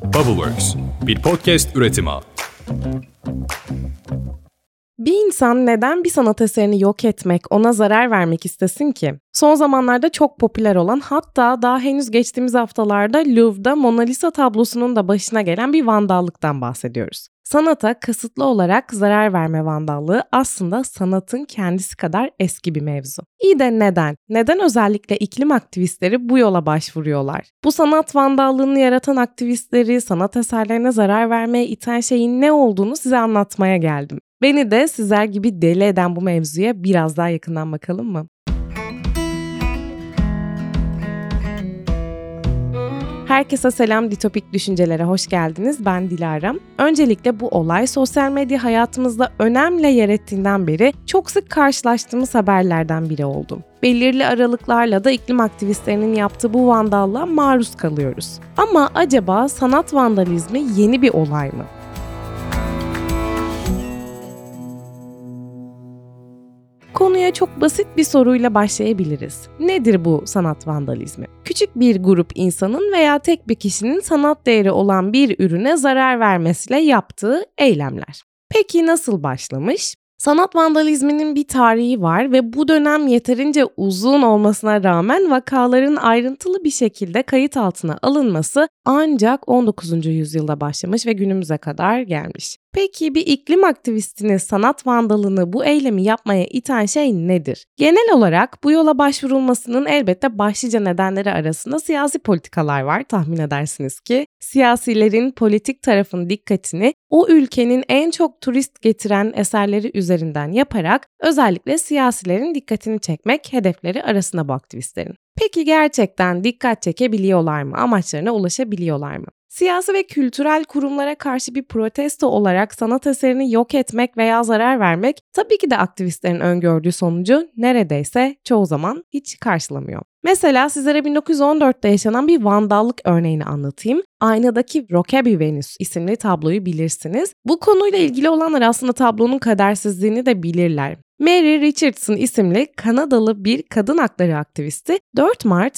Bubbleworks, bir podcast üretimi. Bir insan neden bir sanat eserini yok etmek, ona zarar vermek istesin ki? Son zamanlarda çok popüler olan, hatta daha henüz geçtiğimiz haftalarda Louvre'da Mona Lisa tablosunun da başına gelen bir vandallıktan bahsediyoruz. Sanata kasıtlı olarak zarar verme vandallığı aslında sanatın kendisi kadar eski bir mevzu. İyi de neden? Neden özellikle iklim aktivistleri bu yola başvuruyorlar? Bu sanat vandallığını yaratan aktivistleri sanat eserlerine zarar vermeye iten şeyin ne olduğunu size anlatmaya geldim. Beni de sizler gibi deli eden bu mevzuya biraz daha yakından bakalım mı? Herkese selam, Ditopik Düşüncelere hoş geldiniz. Ben Dilara. Öncelikle bu olay sosyal medya hayatımızda önemli yer ettiğinden beri çok sık karşılaştığımız haberlerden biri oldu. Belirli aralıklarla da iklim aktivistlerinin yaptığı bu vandallığa maruz kalıyoruz. Ama acaba sanat vandalizmi yeni bir olay mı? Konuya çok basit bir soruyla başlayabiliriz. Nedir bu sanat vandalizmi? Küçük bir grup insanın veya tek bir kişinin sanat değeri olan bir ürüne zarar vermesiyle yaptığı eylemler. Peki nasıl başlamış? Sanat vandalizminin bir tarihi var ve bu dönem yeterince uzun olmasına rağmen vakaların ayrıntılı bir şekilde kayıt altına alınması ancak 19. yüzyılda başlamış ve günümüze kadar gelmiş. Peki bir iklim aktivistini, sanat vandalını bu eylemi yapmaya iten şey nedir? Genel olarak bu yola başvurulmasının elbette başlıca nedenleri arasında siyasi politikalar var, tahmin edersiniz ki. Siyasilerin politik tarafın dikkatini o ülkenin en çok turist getiren eserleri üzerinden yaparak özellikle siyasilerin dikkatini çekmek hedefleri arasında bu aktivistlerin. Peki gerçekten dikkat çekebiliyorlar mı? Amaçlarına ulaşabiliyorlar mı? Siyasi ve kültürel kurumlara karşı bir protesto olarak sanat eserini yok etmek veya zarar vermek tabii ki de aktivistlerin öngördüğü sonucu neredeyse çoğu zaman hiç karşılamıyor. Mesela sizlere 1914'te yaşanan bir vandallık örneğini anlatayım. Aynadaki Rokeby Venüs isimli tabloyu bilirsiniz. Bu konuyla ilgili olanlar aslında tablonun kadersizliğini de bilirler. Mary Richardson isimli Kanadalı bir kadın hakları aktivisti 4 Mart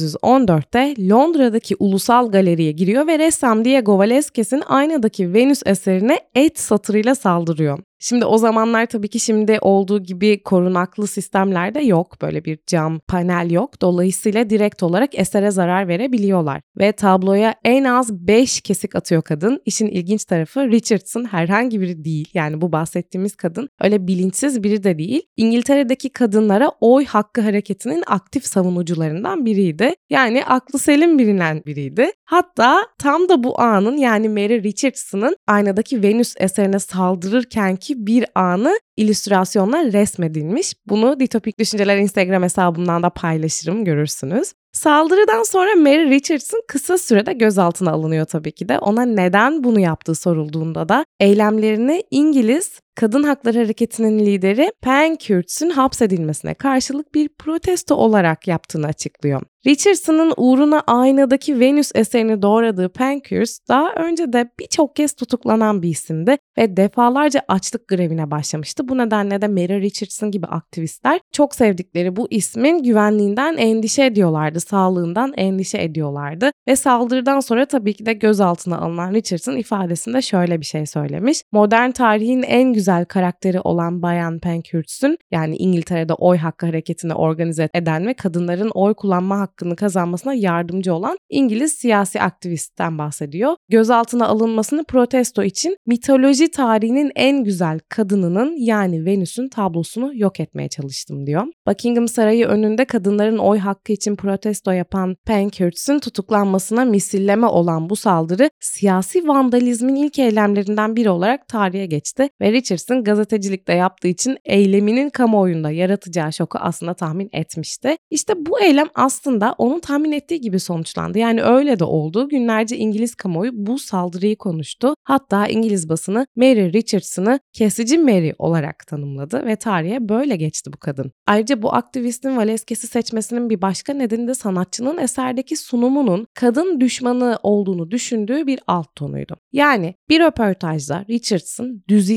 1914'te Londra'daki Ulusal Galeri'ye giriyor ve ressam Diego Velázquez'in aynadaki Venüs eserine et satırıyla saldırıyor. Şimdi o zamanlar tabii ki şimdi olduğu gibi korunaklı sistemler de yok. Böyle bir cam panel yok. Dolayısıyla direkt olarak esere zarar verebiliyorlar. Ve tabloya en az 5 kesik atıyor kadın. İşin ilginç tarafı Richardson herhangi biri değil. Yani bu bahsettiğimiz kadın öyle bilinçsiz biri de değil. İngiltere'deki kadınlara oy hakkı hareketinin aktif savunucularından biriydi. Yani aklı selim bilinen biriydi. Hatta tam da bu anın, yani Mary Richardson'ın aynadaki Venüs eserine saldırırken bir anı illüstrasyonla resmedilmiş. Bunu Ditopik Düşünceler Instagram hesabımdan da paylaşırım, görürsünüz. Saldırıdan sonra Mary Richardson kısa sürede gözaltına alınıyor tabii ki de. Ona neden bunu yaptığı sorulduğunda da eylemlerini İngiliz Kadın Hakları Hareketi'nin lideri Pankhurst'un hapsedilmesine karşılık bir protesto olarak yaptığını açıklıyor. Richardson'ın uğruna aynadaki Venüs eserini doğradığı Pankhurst daha önce de birçok kez tutuklanan bir isimdi ve defalarca açlık grevine başlamıştı. Bu nedenle de Mary Richardson gibi aktivistler çok sevdikleri bu ismin güvenliğinden endişe ediyorlardı, sağlığından endişe ediyorlardı ve saldırıdan sonra tabii ki de gözaltına alınan Richardson ifadesinde şöyle bir şey söylemiş. Modern tarihin en güzel karakteri olan Bayan Pankhurst'un, yani İngiltere'de oy hakkı hareketini organize eden ve kadınların oy kullanma hakkını kazanmasına yardımcı olan İngiliz siyasi aktivistten bahsediyor. Gözaltına alınmasını protesto için mitoloji tarihinin en güzel kadınının, yani Venüs'ün tablosunu yok etmeye çalıştım diyor. Buckingham Sarayı önünde kadınların oy hakkı için protesto yapan Pankhurst'un tutuklanmasına misilleme olan bu saldırı siyasi vandalizmin ilk eylemlerinden biri olarak tarihe geçti ve Richardson gazetecilikte yaptığı için eyleminin kamuoyunda yaratacağı şoku aslında tahmin etmişti. İşte bu eylem aslında onun tahmin ettiği gibi sonuçlandı. Yani öyle de oldu. Günlerce İngiliz kamuoyu bu saldırıyı konuştu. Hatta İngiliz basını Mary Richardson'ı kesici Mary olarak tanımladı ve tarihe böyle geçti bu kadın. Ayrıca bu aktivistin Velázquez'i seçmesinin bir başka nedeni de sanatçının eserdeki sunumunun kadın düşmanı olduğunu düşündüğü bir alt tonuydu. Yani bir röportajda Richardson düzinelerce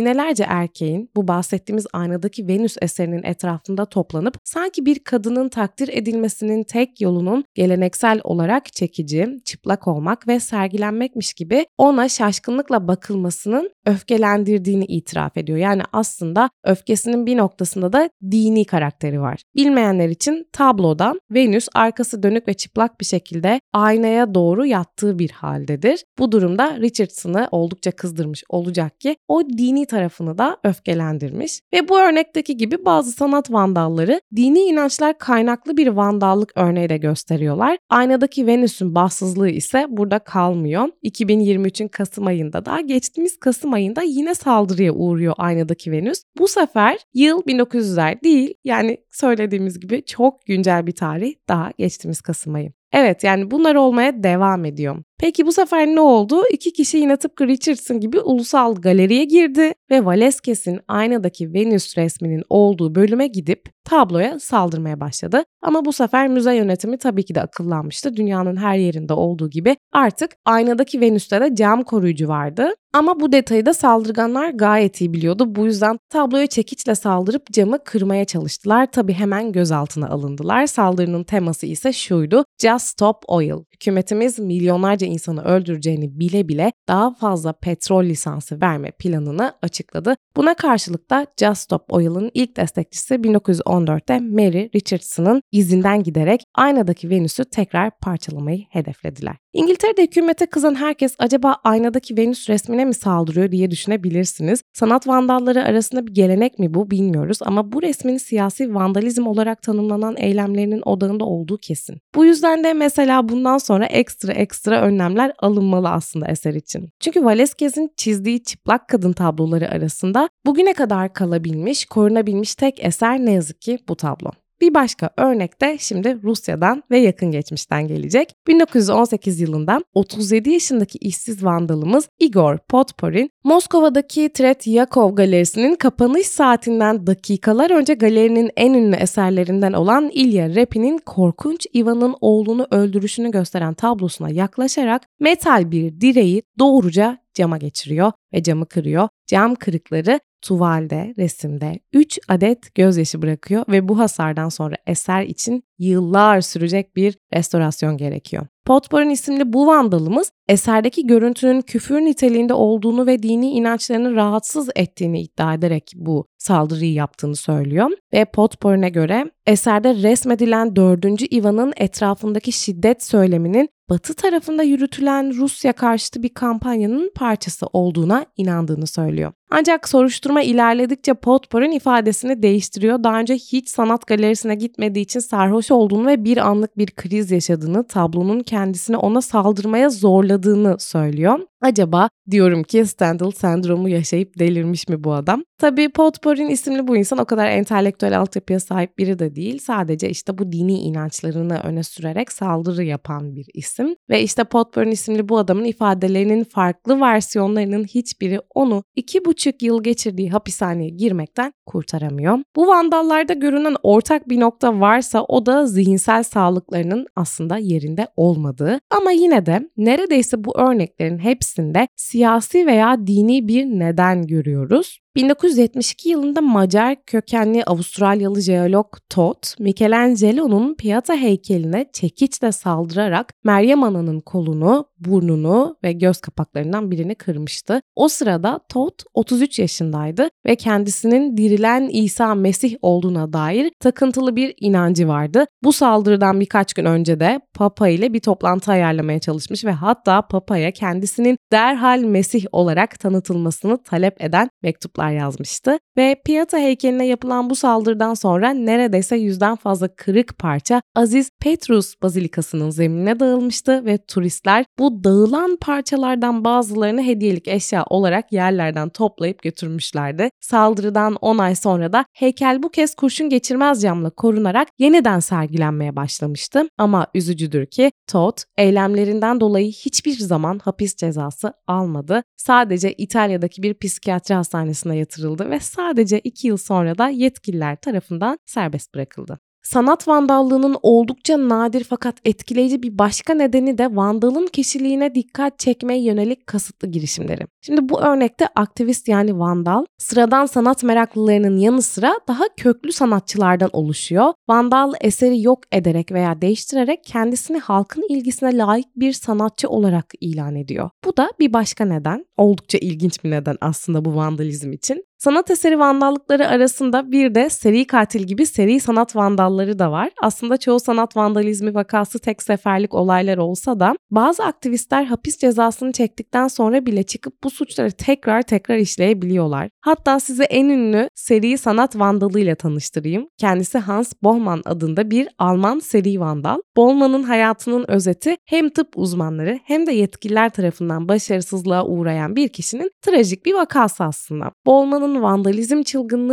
erkeğin bu bahsettiğimiz aynadaki Venüs eserinin etrafında toplanıp sanki bir kadının takdir edilmesinin tek yolunun geleneksel olarak çekici, çıplak olmak ve sergilenmekmiş gibi ona şaşkınlıkla bakılmasının öfkelendirdiğini itiraf ediyor. Yani aslında öfkesinin bir noktasında da dini karakteri var. Bilmeyenler için tablodan Venüs arkası dönük ve çıplak bir şekilde aynaya doğru yattığı bir haldedir. Bu durumda Richardson'ı oldukça kızdırmış olacak ki o dini tarafını da öfkelendirmiş. Ve bu örnekteki gibi bazı sanat vandalları dini inançlar kaynaklı bir vandallık örneği de gösteriyorlar. Aynadaki Venüs'ün bahtsızlığı ise burada kalmıyor. 2023'ün Kasım ayında da geçtiğimiz Kasım ayında yine saldırıya uğruyor aynadaki Venüs. Bu sefer yıl 1900'ler değil, yani söylediğimiz gibi çok güncel bir tarih, daha geçtiğimiz Kasım ayı. Evet, yani bunlar olmaya devam ediyor. Peki bu sefer ne oldu? İki kişi yine tıpkı Richardson gibi ulusal galeriye girdi ve Velázquez'in aynadaki Venüs resminin olduğu bölüme gidip tabloya saldırmaya başladı. Ama bu sefer müze yönetimi tabii ki de akıllanmıştı. Dünyanın her yerinde olduğu gibi artık aynadaki Venüs'te de cam koruyucu vardı. Ama bu detayı da saldırganlar gayet iyi biliyordu. Bu yüzden tabloya çekiçle saldırıp camı kırmaya çalıştılar. Tabii hemen gözaltına alındılar. Saldırının teması ise şuydu: Just Stop Oil. Hükümetimiz milyonlarca insanı öldüreceğini bile bile daha fazla petrol lisansı verme planını açıkladı. Buna karşılık da Just Stop Oil'ın ilk destekçisi 1914'te Mary Richardson'ın izinden giderek aynadaki Venüs'ü tekrar parçalamayı hedeflediler. İngiltere'de hükümete kızan herkes acaba aynadaki Venüs resmine mi saldırıyor diye düşünebilirsiniz. Sanat vandalları arasında bir gelenek mi bu bilmiyoruz ama bu resmin siyasi vandalizm olarak tanımlanan eylemlerinin odağında olduğu kesin. Bu yüzden de mesela bundan sonra ekstra önlemler alınmalı aslında eser için. Çünkü Velázquez'in çizdiği çıplak kadın tabloları arasında bugüne kadar kalabilmiş, korunabilmiş tek eser ne yazık ki bu tablo. Bir başka örnek de şimdi Rusya'dan ve yakın geçmişten gelecek. 1918 yılında 37 yaşındaki işsiz vandalımız Igor Podporin, Moskova'daki Tretyakov Galerisi'nin kapanış saatinden dakikalar önce galerinin en ünlü eserlerinden olan İlya Repin'in korkunç Ivan'ın oğlunu öldürüşünü gösteren tablosuna yaklaşarak metal bir direği doğruca cama geçiriyor ve camı kırıyor. Cam kırıkları tuvalde, resimde 3 adet gözyaşı bırakıyor ve bu hasardan sonra eser için yıllar sürecek bir restorasyon gerekiyor. Podporin isimli bu vandalımız eserdeki görüntünün küfür niteliğinde olduğunu ve dini inançlarını rahatsız ettiğini iddia ederek bu saldırıyı yaptığını söylüyor. Ve Podporin'e göre eserde resmedilen 4. Ivan'ın etrafındaki şiddet söyleminin Batı tarafında yürütülen Rusya karşıtı bir kampanyanın parçası olduğuna inandığını söylüyor. Ancak soruşturma ilerledikçe Podporin ifadesini değiştiriyor. Daha önce hiç sanat galerisine gitmediği için sarhoş olduğunu ve bir anlık bir kriz yaşadığını, tablonun kendisini ona saldırmaya zorladığını söylüyor. Acaba diyorum ki Stendhal sendromu yaşayıp delirmiş mi bu adam? Tabii Podporin isimli bu insan o kadar entelektüel altyapıya sahip biri de değil. Sadece işte bu dini inançlarını öne sürerek saldırı yapan bir isim. Ve işte Podporin isimli bu adamın ifadelerinin farklı versiyonlarının hiçbiri onu 2,5 yıl geçirdiği hapishaneye girmekten kurtaramıyor. Bu vandallarda görünen ortak bir nokta varsa o da zihinsel sağlıklarının aslında yerinde olmadığı. Ama yine de neredeyse bu örneklerin hepsinde siyasi veya dini bir neden görüyoruz. 1972 yılında Macar kökenli Avustralyalı jeolog Todd, Michelangelo'nun Pieta heykeline çekiçle saldırarak Meryem Ana'nın kolunu, burnunu ve göz kapaklarından birini kırmıştı. O sırada Todd 33 yaşındaydı ve kendisinin dirilen İsa Mesih olduğuna dair takıntılı bir inancı vardı. Bu saldırıdan birkaç gün önce de Papa ile bir toplantı ayarlamaya çalışmış ve hatta Papa'ya kendisinin derhal Mesih olarak tanıtılmasını talep eden mektuplar yazmıştı. Ve Pieta heykeline yapılan bu saldırıdan sonra neredeyse 100'den fazla kırık parça Aziz Petrus Bazilikası'nın zeminine dağılmıştı ve turistler bu dağılan parçalardan bazılarını hediyelik eşya olarak yerlerden toplayıp götürmüşlerdi. Saldırıdan 10 ay sonra da heykel bu kez kurşun geçirmez camla korunarak yeniden sergilenmeye başlamıştı. Ama üzücüdür ki Todd eylemlerinden dolayı hiçbir zaman hapis cezası almadı. Sadece İtalya'daki bir psikiyatri hastanesine yatırıldı ve sadece 2 yıl sonra da yetkililer tarafından serbest bırakıldı. Sanat vandallığının oldukça nadir fakat etkileyici bir başka nedeni de vandalın kişiliğine dikkat çekmeye yönelik kasıtlı girişimleri. Şimdi bu örnekte aktivist yani vandal, sıradan sanat meraklılarının yanı sıra daha köklü sanatçılardan oluşuyor. Vandal eseri yok ederek veya değiştirerek kendisini halkın ilgisine layık bir sanatçı olarak ilan ediyor. Bu da bir başka neden, oldukça ilginç bir neden aslında bu vandalizm için. Sanat eseri vandallıkları arasında bir de seri katil gibi seri sanat vandalları da var. Aslında çoğu sanat vandalizmi vakası tek seferlik olaylar olsa da bazı aktivistler hapis cezasını çektikten sonra bile çıkıp bu suçları tekrar işleyebiliyorlar. Hatta size en ünlü seri sanat vandalıyla tanıştırayım. Kendisi Hans Bollmann adında bir Alman seri vandal. Bollmann'ın hayatının özeti hem tıp uzmanları hem de yetkililer tarafından başarısızlığa uğrayan bir kişinin trajik bir vakası aslında. Bollmann'ın vandalizm çılgınlığı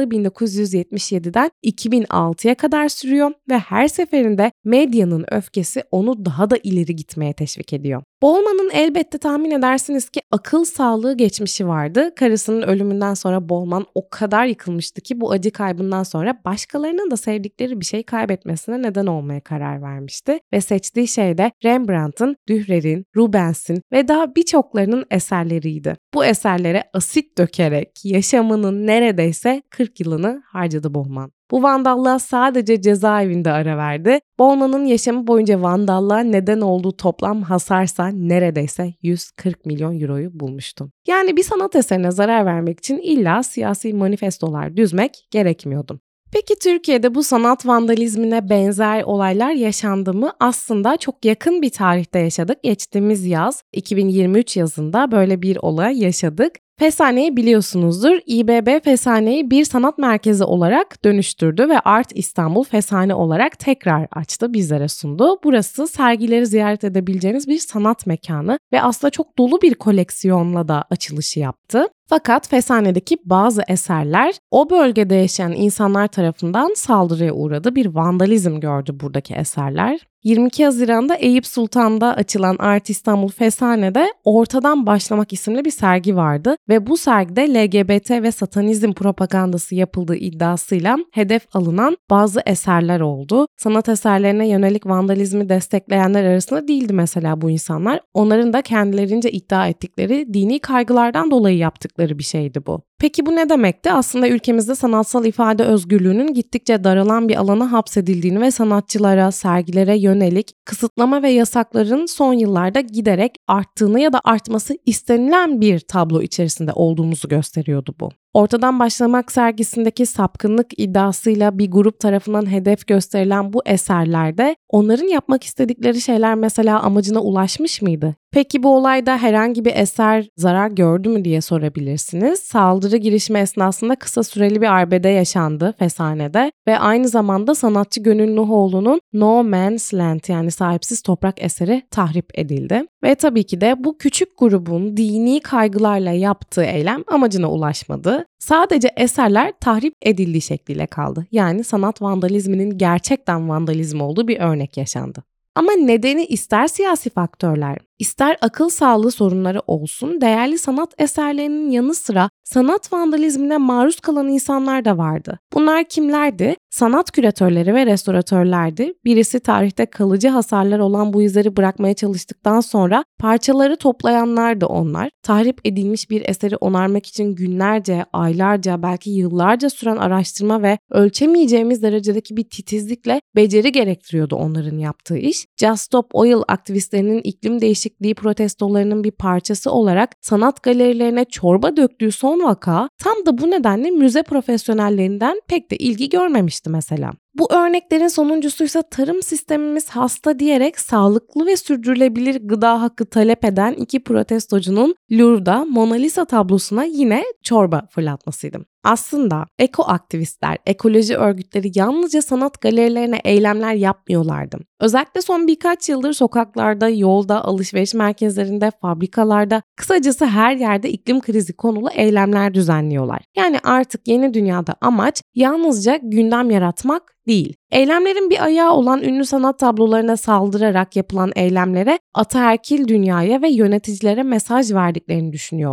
1977'den 2006'ya kadar sürüyor ve her seferinde medyanın öfkesi onu daha da ileri gitmeye teşvik ediyor. Bollmann'ın elbette tahmin edersiniz ki akıl sağlığı geçmişi vardı. Karısının ölümünden sonra Bollmann o kadar yıkılmıştı ki bu acı kaybından sonra başkalarının da sevdikleri bir şey kaybetmesine neden olmaya karar vermişti. Ve seçtiği şey de Rembrandt'ın, Dürer'in, Rubens'in ve daha birçoklarının eserleriydi. Bu eserlere asit dökerek yaşamının neredeyse 40 yılını harcadı Bollmann. Bu vandallığa sadece cezaevinde ara verdi. Bollmann'ın yaşamı boyunca vandallığa neden olduğu toplam hasarsa neredeyse 140 milyon euroyu bulmuştu. Yani bir sanat eserine zarar vermek için illa siyasi manifestolar düzmek gerekmiyordu. Peki Türkiye'de bu sanat vandalizmine benzer olaylar yaşandı mı? Aslında çok yakın bir tarihte yaşadık. Geçtiğimiz yaz 2023 yazında böyle bir olay yaşadık. Feshane'yi biliyorsunuzdur. İBB Feshane'yi bir sanat merkezi olarak dönüştürdü ve Art İstanbul Feshane olarak tekrar açtı, bizlere sundu. Burası sergileri ziyaret edebileceğiniz bir sanat mekanı ve aslında çok dolu bir koleksiyonla da açılışı yaptı. Fakat Feshane'deki bazı eserler o bölgede yaşayan insanlar tarafından saldırıya uğradı. Bir vandalizm gördü buradaki eserler. 22 Haziran'da Eyüp Sultan'da açılan Art İstanbul Feshane'de Ortadan Başlamak isimli bir sergi vardı ve bu sergide LGBT ve satanizm propagandası yapıldığı iddiasıyla hedef alınan bazı eserler oldu. Sanat eserlerine yönelik vandalizmi destekleyenler arasında değildi mesela bu insanlar. Onların da kendilerince iddia ettikleri dini kaygılardan dolayı yaptıkları bir şeydi bu. Peki bu ne demekti? Aslında ülkemizde sanatsal ifade özgürlüğünün gittikçe daralan bir alana hapsedildiğini ve sanatçılara, sergilere yönelik kısıtlama ve yasakların son yıllarda giderek arttığını ya da artması istenilen bir tablo içerisinde olduğumuzu gösteriyordu bu. Ortadan Başlamak sergisindeki sapkınlık iddiasıyla bir grup tarafından hedef gösterilen bu eserlerde onların yapmak istedikleri şeyler mesela amacına ulaşmış mıydı? Peki bu olayda herhangi bir eser zarar gördü mü diye sorabilirsiniz. Saldırı girişimi esnasında kısa süreli bir arbede yaşandı Feshane'de ve aynı zamanda sanatçı Gönül Nuhoğlu'nun No Man's Land yani sahipsiz toprak eseri tahrip edildi. Ve tabii ki de bu küçük grubun dini kaygılarla yaptığı eylem amacına ulaşmadı. Sadece eserler tahrip edildiği şekliyle kaldı. Yani sanat vandalizminin gerçekten vandalizm olduğu bir örnek yaşandı. Ama nedeni ister siyasi faktörler, ister akıl sağlığı sorunları olsun, değerli sanat eserlerinin yanı sıra sanat vandalizmine maruz kalan insanlar da vardı. Bunlar kimlerdi? Sanat küratörleri ve restoratörlerdi. Birisi tarihte kalıcı hasarlar olan bu izleri bırakmaya çalıştıktan sonra parçaları toplayanlardı onlar. Tahrip edilmiş bir eseri onarmak için günlerce, aylarca, belki yıllarca süren araştırma ve ölçemeyeceğimiz derecedeki bir titizlikle beceri gerektiriyordu onların yaptığı iş. Just Stop Oil aktivistlerinin iklim değişikliği protestolarının bir parçası olarak sanat galerilerine çorba döktüğü son vaka tam da bu nedenle müze profesyonellerinden pek de ilgi görmemişti mesela. Bu örneklerin sonuncusuysa tarım sistemimiz hasta diyerek sağlıklı ve sürdürülebilir gıda hakkı talep eden iki protestocunun Louvre'da Mona Lisa tablosuna yine çorba fırlatmasıydı. Aslında ekoaktivistler, ekoloji örgütleri yalnızca sanat galerilerine eylemler yapmıyorlardı. Özellikle son birkaç yıldır sokaklarda, yolda, alışveriş merkezlerinde, fabrikalarda, kısacası her yerde iklim krizi konulu eylemler düzenliyorlar. Yani artık yeni dünyada amaç yalnızca gündem yaratmak değil. Eylemlerin bir ayağı olan ünlü sanat tablolarına saldırarak yapılan eylemlere ataerkil dünyaya ve yöneticilere mesaj verdiklerini düşünüyorlar.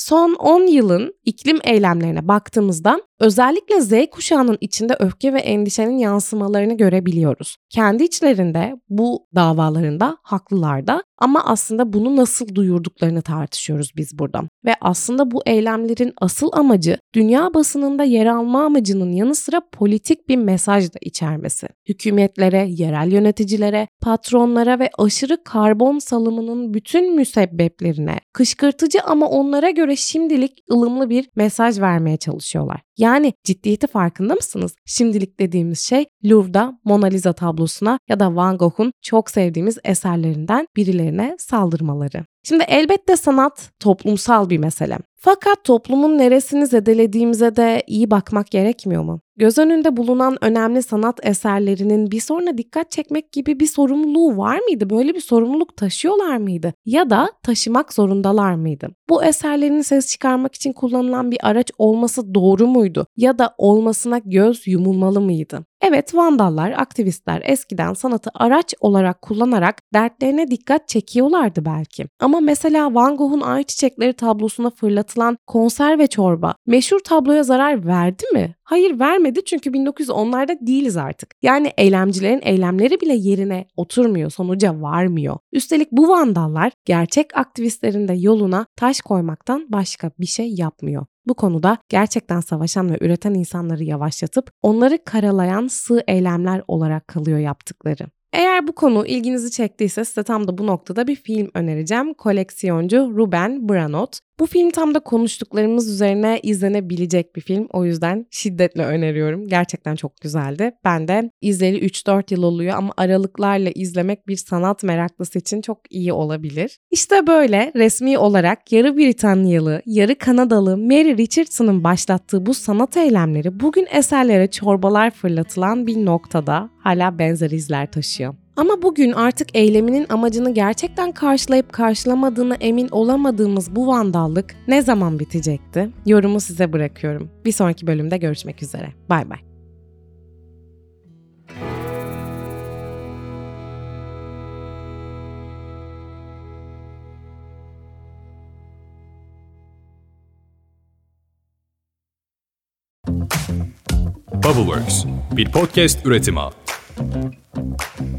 Son 10 yılın iklim eylemlerine baktığımızda özellikle Z kuşağının içinde öfke ve endişenin yansımalarını görebiliyoruz. Kendi içlerinde bu davalarında haklılar da ama aslında bunu nasıl duyurduklarını tartışıyoruz biz burada. Ve aslında bu eylemlerin asıl amacı dünya basınında yer alma amacının yanı sıra politik bir mesaj da içermesi. Hükümetlere, yerel yöneticilere, patronlara ve aşırı karbon salımının bütün müsebbiplerine kışkırtıcı ama onlara göre şimdilik ılımlı bir mesaj vermeye çalışıyorlar. Yani ciddiyeti farkında mısınız? Şimdilik dediğimiz şey Louvre'da Mona Lisa tablosuna ya da Van Gogh'un çok sevdiğimiz eserlerinden birilerine saldırmaları. Şimdi elbette sanat toplumsal bir mesele. Fakat toplumun neresini zedelediğimize de iyi bakmak gerekmiyor mu? Göz önünde bulunan önemli sanat eserlerinin bir soruna dikkat çekmek gibi bir sorumluluğu var mıydı? Böyle bir sorumluluk taşıyorlar mıydı? Ya da taşımak zorundalar mıydı? Bu eserlerin ses çıkarmak için kullanılan bir araç olması doğru muydu? Ya da olmasına göz yumulmalı mıydı? Evet, vandallar, aktivistler eskiden sanatı araç olarak kullanarak dertlerine dikkat çekiyorlardı belki. Ama mesela Van Gogh'un Ay Çiçekleri tablosuna fırlatılan konserve çorba meşhur tabloya zarar verdi mi? Hayır, vermedi çünkü 1910'larda değiliz artık. Yani eylemcilerin eylemleri bile yerine oturmuyor, sonuca varmıyor. Üstelik bu vandallar gerçek aktivistlerin de yoluna taş koymaktan başka bir şey yapmıyor. Bu konuda gerçekten savaşan ve üreten insanları yavaşlatıp onları karalayan sığ eylemler olarak kalıyor yaptıkları. Eğer bu konu ilginizi çektiyse size tam da bu noktada bir film önereceğim. Koleksiyoncu Ruben Branot. Bu film tam da konuştuklarımız üzerine izlenebilecek bir film. O yüzden şiddetle öneriyorum. Gerçekten çok güzeldi. Ben de izleyeli 3-4 yıl oluyor ama aralıklarla izlemek bir sanat meraklısı için çok iyi olabilir. İşte böyle resmi olarak yarı Britanyalı, yarı Kanadalı Mary Richardson'ın başlattığı bu sanat eylemleri bugün eserlere çorbalar fırlatılan bir noktada hala benzer izler taşıyor. Ama bugün artık eyleminin amacını gerçekten karşılayıp karşılamadığına emin olamadığımız bu vandallık ne zaman bitecekti? Yorumu size bırakıyorum. Bir sonraki bölümde görüşmek üzere. Bay bay. Bubbleworks, bir podcast üretimi.